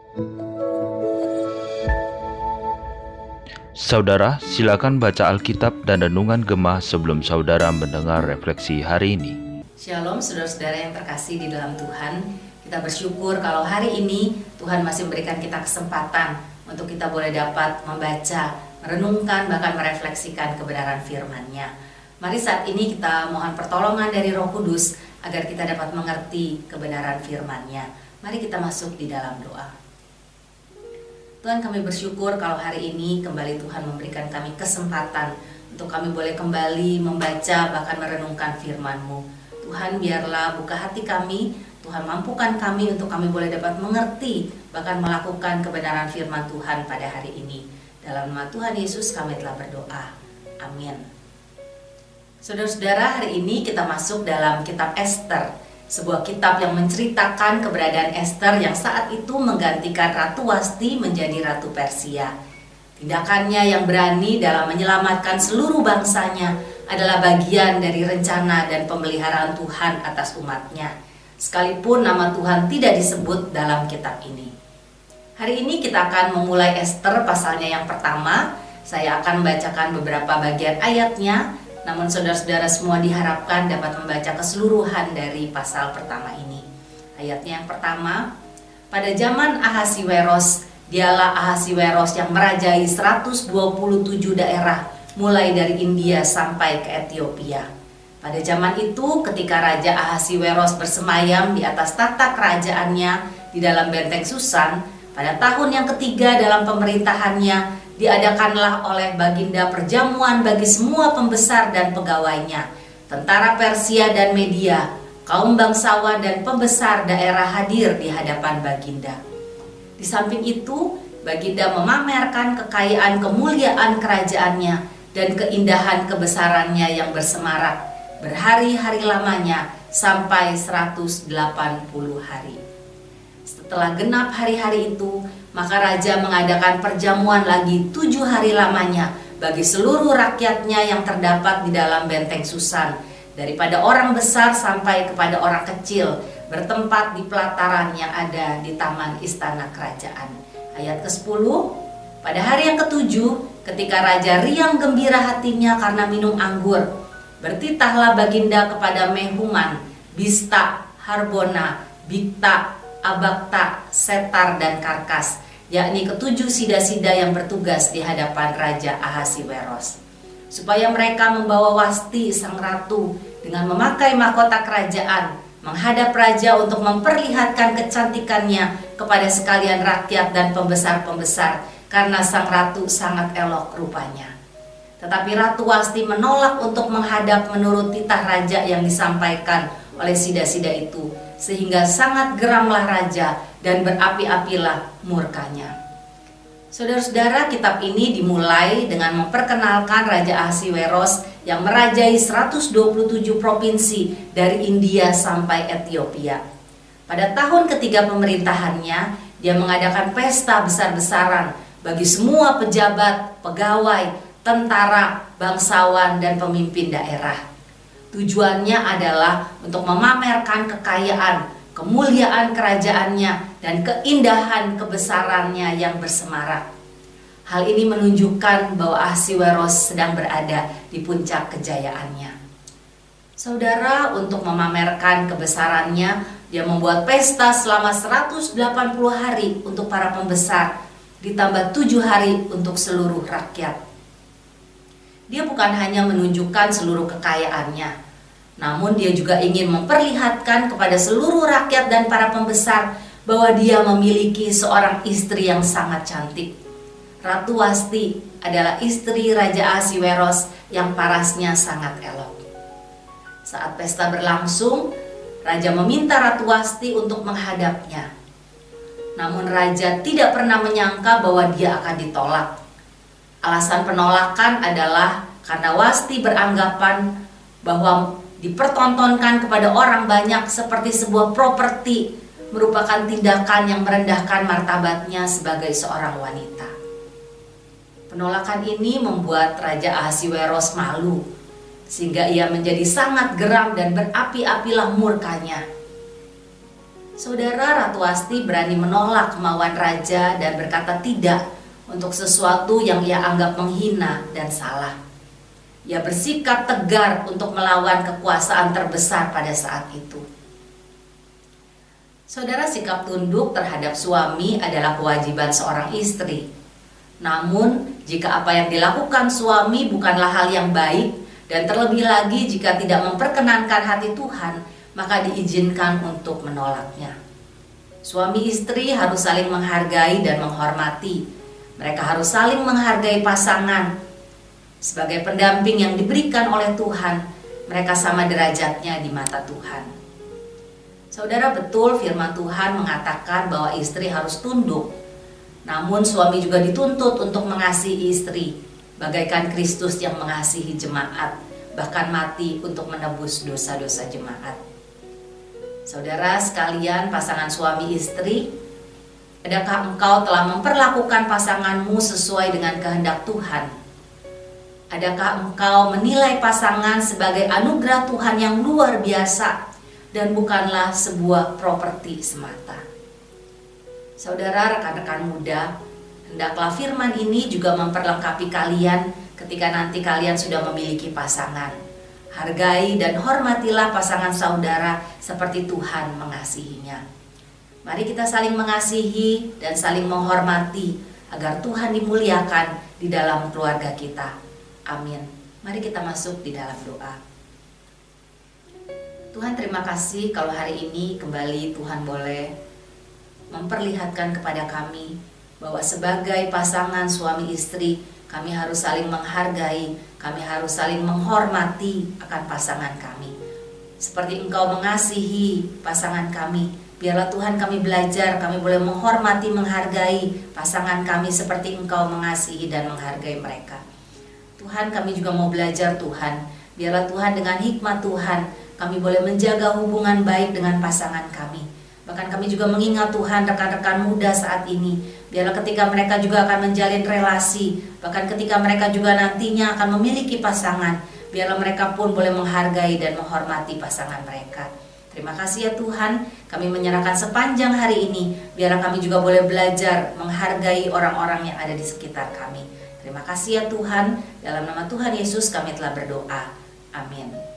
Saudara, silakan baca Alkitab dan Renungan Gemah sebelum saudara mendengar refleksi hari ini. Shalom saudara-saudara yang terkasih di dalam Tuhan. Kita bersyukur kalau hari ini Tuhan masih memberikan kita kesempatan untuk kita boleh dapat membaca, merenungkan, bahkan merefleksikan kebenaran firman-Nya. Mari saat ini kita mohon pertolongan dari Roh Kudus agar kita dapat mengerti kebenaran firman-Nya. Mari kita masuk di dalam doa. Tuhan, kami bersyukur kalau hari ini kembali Tuhan memberikan kami kesempatan untuk kami boleh kembali membaca bahkan merenungkan firman-Mu. Tuhan, biarlah buka hati kami, Tuhan mampukan kami untuk kami boleh dapat mengerti bahkan melakukan kebenaran firman Tuhan pada hari ini. Dalam nama Tuhan Yesus kami telah berdoa. Amin. Saudara-saudara, hari ini kita masuk dalam kitab Ester, sebuah kitab yang menceritakan keberadaan Ester yang saat itu menggantikan Ratu Wasti menjadi Ratu Persia. Tindakannya yang berani dalam menyelamatkan seluruh bangsanya adalah bagian dari rencana dan pemeliharaan Tuhan atas umatnya, sekalipun nama Tuhan tidak disebut dalam kitab ini. Hari ini kita akan memulai Ester pasalnya yang pertama. Saya akan membacakan beberapa bagian ayatnya, namun saudara-saudara semua diharapkan dapat membaca keseluruhan dari pasal pertama ini. Ayatnya yang pertama, pada zaman Ahasiweros, dialah Ahasiweros yang merajai 127 daerah, mulai dari India sampai ke Ethiopia. Pada zaman itu, ketika Raja Ahasiweros bersemayam di atas tahta kerajaannya di dalam benteng Susan, pada tahun yang ketiga dalam pemerintahannya, diadakanlah oleh Baginda perjamuan bagi semua pembesar dan pegawainya, tentara Persia dan Media, kaum bangsawan dan pembesar daerah hadir di hadapan Baginda. Di samping itu, Baginda memamerkan kekayaan kemuliaan kerajaannya dan keindahan kebesarannya yang bersemarak, berhari-hari lamanya sampai 180 hari. Setelah genap hari-hari itu, maka raja mengadakan perjamuan lagi 7 hari lamanya bagi seluruh rakyatnya yang terdapat di dalam benteng Susan, daripada orang besar sampai kepada orang kecil, bertempat di pelataran yang ada di taman istana kerajaan. Ayat ke-10, pada hari yang ke-7, ketika raja riang gembira hatinya karena minum anggur, bertitahlah Baginda kepada Mehuman, Bista, Harbona, Bigta, Abagta, Setar, dan Karkas, yakni ke-7 sida-sida yang bertugas di hadapan Raja Ahasiweros, supaya mereka membawa Wasti sang ratu dengan memakai mahkota kerajaan menghadap raja untuk memperlihatkan kecantikannya kepada sekalian rakyat dan pembesar-pembesar, karena sang ratu sangat elok rupanya. Tetapi Ratu Wasti menolak untuk menghadap menurut titah raja yang disampaikan oleh sida-sida itu, sehingga sangat geramlah raja dan berapi-apilah murkanya. Saudara-saudara, kitab ini dimulai dengan memperkenalkan Raja Ahasiweros yang merajai 127 provinsi dari India sampai Ethiopia. Pada tahun ketiga pemerintahannya, dia mengadakan pesta besar-besaran bagi semua pejabat, pegawai, tentara, bangsawan, dan pemimpin daerah. Tujuannya adalah untuk memamerkan kekayaan, kemuliaan kerajaannya, dan keindahan kebesarannya yang bersemarak. Hal ini menunjukkan bahwa Ahasiweros sedang berada di puncak kejayaannya. Saudara, untuk memamerkan kebesarannya, dia membuat pesta selama 180 hari untuk para pembesar, ditambah 7 hari untuk seluruh rakyat. Dia bukan hanya menunjukkan seluruh kekayaannya, namun dia juga ingin memperlihatkan kepada seluruh rakyat dan para pembesar bahwa dia memiliki seorang istri yang sangat cantik. Ratu Wasti adalah istri Raja Ahasiweros yang parasnya sangat elok. Saat pesta berlangsung, raja meminta Ratu Wasti untuk menghadapnya. Namun raja tidak pernah menyangka bahwa dia akan ditolak. Alasan penolakan adalah karena Wasti beranggapan bahwa dipertontonkan kepada orang banyak seperti sebuah properti merupakan tindakan yang merendahkan martabatnya sebagai seorang wanita. Penolakan ini membuat Raja Ahasiweros malu, sehingga ia menjadi sangat geram dan berapi-apilah murkanya. Saudara, Ratu Wasti berani menolak kemauan raja dan berkata tidak untuk sesuatu yang ia anggap menghina dan salah. Ia bersikap tegar untuk melawan kekuasaan terbesar pada saat itu. Saudara, sikap tunduk terhadap suami adalah kewajiban seorang istri. Namun, jika apa yang dilakukan suami bukanlah hal yang baik, dan terlebih lagi jika tidak memperkenankan hati Tuhan, maka diizinkan untuk menolaknya. Suami istri harus saling menghargai dan menghormati. Mereka harus saling menghargai pasangan. Sebagai pendamping yang diberikan oleh Tuhan, mereka sama derajatnya di mata Tuhan. Saudara, betul firman Tuhan mengatakan bahwa istri harus tunduk. Namun suami juga dituntut untuk mengasihi istri, bagaikan Kristus yang mengasihi jemaat, bahkan mati untuk menebus dosa-dosa jemaat. Saudara sekalian, pasangan suami istri, adakah engkau telah memperlakukan pasanganmu sesuai dengan kehendak Tuhan? Adakah engkau menilai pasangan sebagai anugerah Tuhan yang luar biasa dan bukanlah sebuah properti semata? Saudara, rekan-rekan muda, hendaklah firman ini juga memperlengkapi kalian ketika nanti kalian sudah memiliki pasangan. Hargai dan hormatilah pasangan saudara seperti Tuhan mengasihinya. Mari kita saling mengasihi dan saling menghormati agar Tuhan dimuliakan di dalam keluarga kita. Amin. Mari kita masuk di dalam doa. Tuhan, terima kasih kalau hari ini kembali Tuhan boleh memperlihatkan kepada kami bahwa sebagai pasangan suami istri, kami harus saling menghargai, kami harus saling menghormati akan pasangan kami. Seperti Engkau mengasihi pasangan kami, biarlah Tuhan kami belajar, kami boleh menghormati, menghargai pasangan kami seperti Engkau mengasihi dan menghargai mereka. Tuhan, kami juga mau belajar Tuhan, biarlah Tuhan dengan hikmat Tuhan, kami boleh menjaga hubungan baik dengan pasangan kami. Bahkan kami juga mengingat Tuhan rekan-rekan muda saat ini, biarlah ketika mereka juga akan menjalin relasi, bahkan ketika mereka juga nantinya akan memiliki pasangan, biarlah mereka pun boleh menghargai dan menghormati pasangan mereka. Terima kasih ya Tuhan, kami menyerahkan sepanjang hari ini, biarlah kami juga boleh belajar menghargai orang-orang yang ada di sekitar kami. Terima kasih ya Tuhan, dalam nama Tuhan Yesus kami telah berdoa. Amin.